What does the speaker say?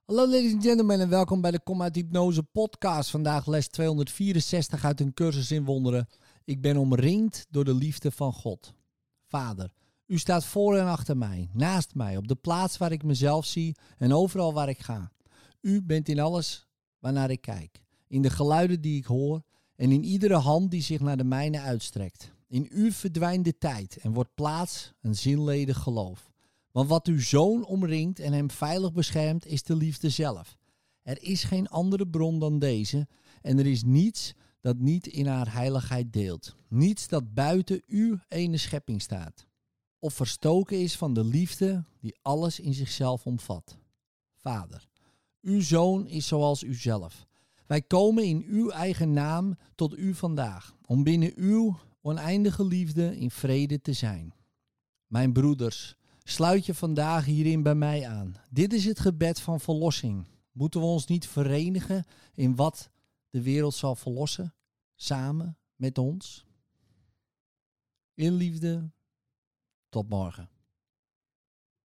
Hallo ladies and gentlemen en welkom bij de Kom uit Hypnose podcast. Vandaag les 264 uit een cursus in wonderen. Ik ben omringd door de liefde van God. Vader, u staat voor en achter mij, naast mij, op de plaats waar ik mezelf zie en overal waar ik ga. U bent in alles waarnaar ik kijk, in de geluiden die ik hoor en in iedere hand die zich naar de mijne uitstrekt. In u verdwijnt de tijd en wordt plaats een zinledig geloof. Want wat uw zoon omringt en hem veilig beschermt, is de liefde zelf. Er is geen andere bron dan deze en er is niets dat niet in haar heiligheid deelt. Niets dat buiten uw ene schepping staat. Of verstoken is van de liefde die alles in zichzelf omvat. Vader, uw zoon is zoals uzelf. Wij komen in uw eigen naam tot u vandaag, om binnen uw oneindige liefde in vrede te zijn. Mijn broeders, sluit je vandaag hierin bij mij aan. Dit is het gebed van verlossing. Moeten we ons niet verenigen in wat de wereld zal verlossen? Samen met ons? In liefde, tot morgen.